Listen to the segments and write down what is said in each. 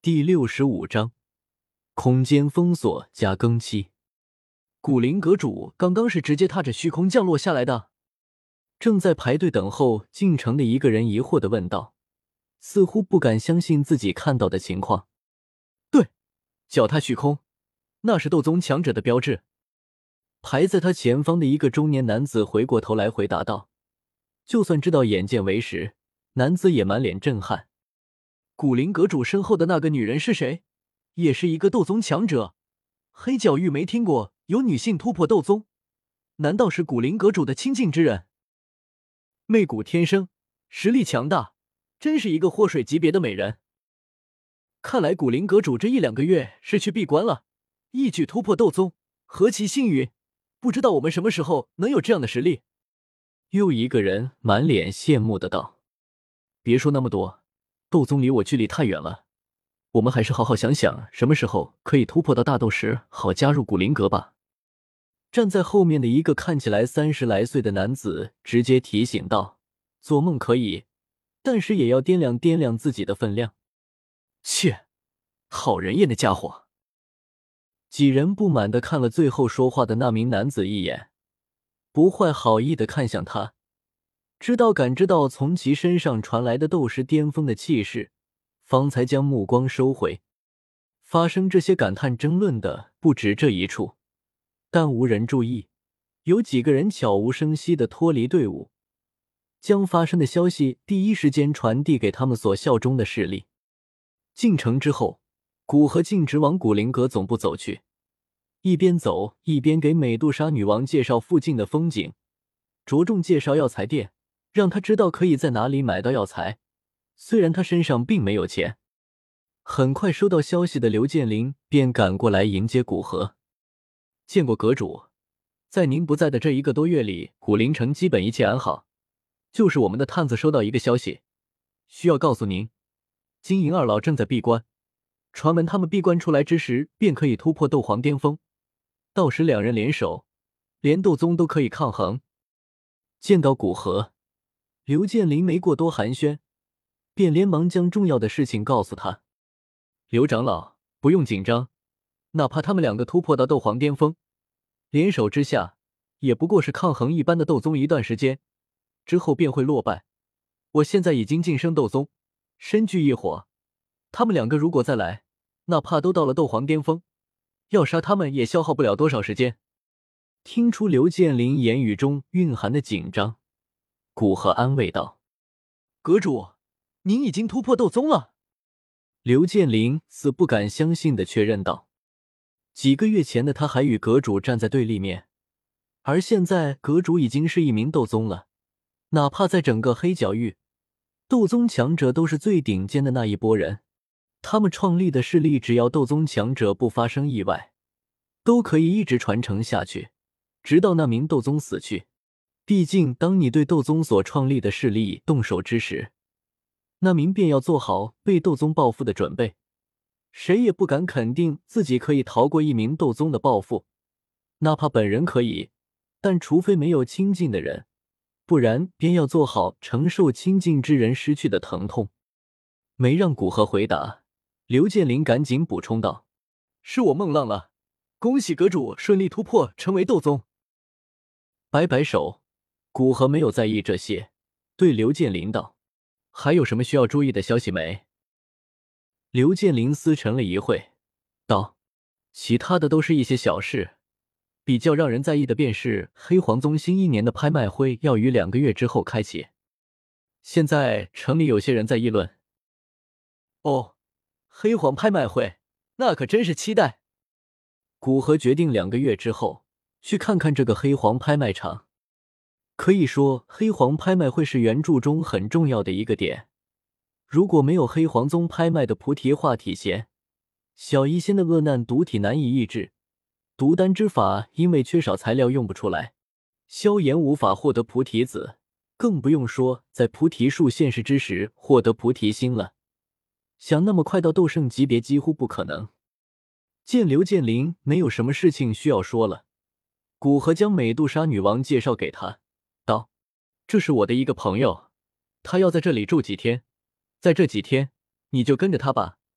第65章空间封锁加更期。古灵阁主刚刚是直接踏着虚空降落下来的？正在排队等候进城的一个人疑惑地问道，似乎不敢相信自己看到的情况。对，脚踏虚空，那是斗宗强者的标志。排在他前方的一个中年男子回过头来回答道，就算知道眼见为实，男子也满脸震撼。古灵阁主身后的那个女人是谁？也是一个斗宗强者。黑角域没听过有女性突破斗宗，难道是古灵阁主的亲近之人？媚骨天生，实力强大，真是一个祸水级别的美人。看来古灵阁主这1-2个月是去闭关了，一举突破斗宗，何其幸运！不知道我们什么时候能有这样的实力。又一个人满脸羡慕的道，别说那么多，斗宗离我距离太远了，我们还是好好想想什么时候可以突破到大斗时，好加入古灵阁吧。站在后面的一个看起来30来岁的男子直接提醒道，做梦可以，但是也要掂量掂量自己的分量。切，好人厌的家伙。几人不满地看了最后说话的那名男子一眼，不怀好意地看向他，感知到从其身上传来的斗师巅峰的气势，方才将目光收回。发生这些感叹争论的不止这一处，但无人注意，有几个人悄无声息地脱离队伍，将发生的消息第一时间传递给他们所效忠的势力。进城之后，古河径直往古灵阁总部走去，一边走一边给美杜莎女王介绍附近的风景，着重介绍药材店，让她知道可以在哪里买到药材，虽然他身上并没有钱。很快收到消息的刘建林便赶过来迎接古河。见过阁主，在您不在的这1个多月里，古灵城基本一切安好，就是我们的探子收到一个消息，需要告诉您，金银二老正在闭关，传闻他们闭关出来之时便可以突破斗皇巅峰，到时2人联手，连斗宗都可以抗衡。见到古河，刘建林没过多寒暄，便连忙将重要的事情告诉他。刘长老，不用紧张，哪怕他们2个突破到斗皇巅峰，联手之下也不过是抗衡一般的斗宗一段时间，之后便会落败。我现在已经晋升斗宗，身具异火，他们2个如果再来，哪怕都到了斗皇巅峰，要杀他们也消耗不了多少时间。听出刘建林言语中蕴含的紧张，古河安慰道，阁主，您已经突破斗宗了。刘建林似不敢相信地确认道，几个月前的他还与阁主站在对立面，而现在阁主已经是一名斗宗了，哪怕在整个黑角域，斗宗强者都是最顶尖的那一波人，他们创立的势力只要斗宗强者不发生意外，都可以一直传承下去，直到那名斗宗死去。毕竟当你对斗宗所创立的势力动手之时，那名便要做好被斗宗报复的准备，谁也不敢肯定自己可以逃过一名斗宗的报复，哪怕本人可以，但除非没有亲近的人，不然便要做好承受亲近之人失去的疼痛。没让古河回答，刘建林赶紧补充道，是我梦浪了，恭喜阁主顺利突破成为斗宗。摆摆手，古河没有在意这些，对刘建林道，还有什么需要注意的消息没？刘建林思沉了一会，道，其他的都是一些小事，比较让人在意的便是黑皇宗新1年的拍卖会要于2个月之后开启，现在城里有些人在议论。哦，黑皇拍卖会，那可真是期待。古河决定2个月之后去看看这个黑皇拍卖场。可以说黑皇拍卖会是原著中很重要的一个点，如果没有黑皇宗拍卖的菩提化体弦，小医仙的恶难毒体难以抑制，毒丹之法因为缺少材料用不出来，萧炎无法获得菩提子，更不用说在菩提树现世之时获得菩提心了，想那么快到斗圣级别几乎不可能。见刘建林没有什么事情需要说了，古河将美杜莎女王介绍给他，道，这是我的一个朋友，他要在这里住几天，在这几天你就跟着他吧，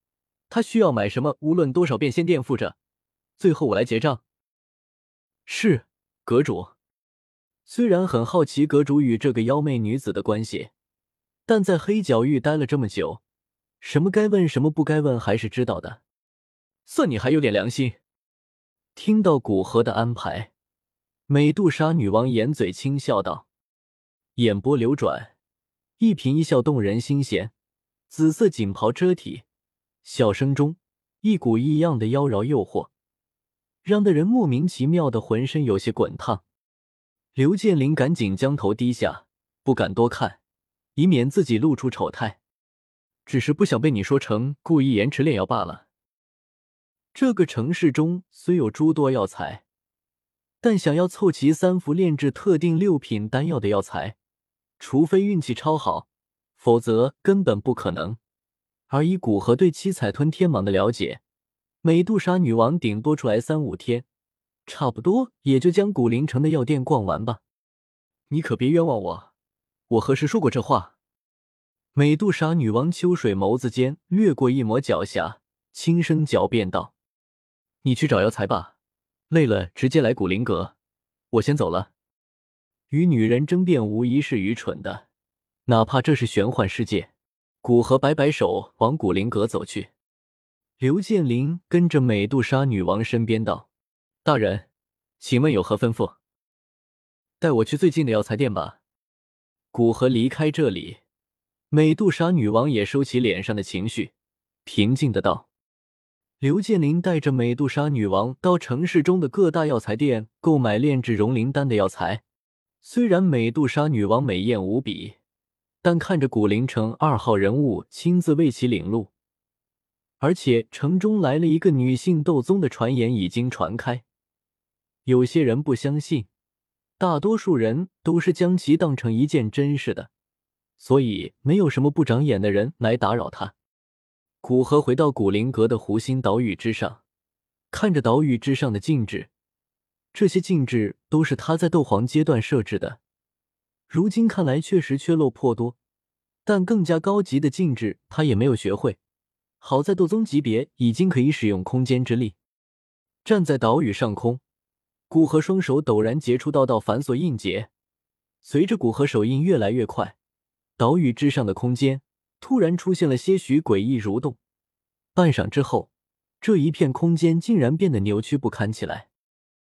他需要买什么，无论多少便先垫付着，最后我来结账。是，阁主。虽然很好奇阁主与这个妖媚女子的关系，但在黑角域待了这么久，什么该问什么不该问还是知道的。算你还有点良心。听到古河的安排，美杜莎女王掩嘴轻笑道，眼波流转，一颦一笑动人心弦，紫色锦袍遮体，笑声中一股异样的妖娆诱惑，让得人莫名其妙的浑身有些滚烫。刘建林赶紧将头低下，不敢多看，以免自己露出丑态，只是不想被你说成故意延迟炼药罢了。这个城市中虽有诸多药材，但想要凑齐3副炼制特定6品丹药的药材，除非运气超好，否则根本不可能。而以古河对七彩吞天蟒的了解，美杜莎女王顶多出来3-5天，差不多也就将古灵城的药店逛完吧。你可别冤枉我，我何时说过这话？美杜莎女王秋水眸子间掠过一抹狡黠，轻声狡辩道：你去找药材吧，累了直接来古灵阁，我先走了。与女人争辩无疑是愚蠢的，哪怕这是玄幻世界。古河摆摆手往古灵阁走去。刘建林跟着美杜莎女王身边道：大人，请问有何吩咐？带我去最近的药材店吧。古河离开这里，美杜莎女王也收起脸上的情绪，平静的道。刘建林带着美杜莎女王到城市中的各大药材店购买炼制融灵丹的药材。虽然美杜莎女王美艳无比，但看着古灵城2号人物亲自为其领路，而且城中来了一个女性斗宗的传言已经传开，有些人不相信，大多数人都是将其当成一件真事的，所以没有什么不长眼的人来打扰他。古河回到古灵阁的湖心岛屿之上，看着岛屿之上的禁制，这些禁制都是他在斗皇阶段设置的，如今看来确实缺漏颇多，但更加高级的禁制他也没有学会，好在斗宗级别已经可以使用空间之力。站在岛屿上空，古河双手陡然结出道繁琐印结，随着古河手印越来越快，岛屿之上的空间突然出现了些许诡异蠕动，半晌之后，这一片空间竟然变得扭曲不堪起来。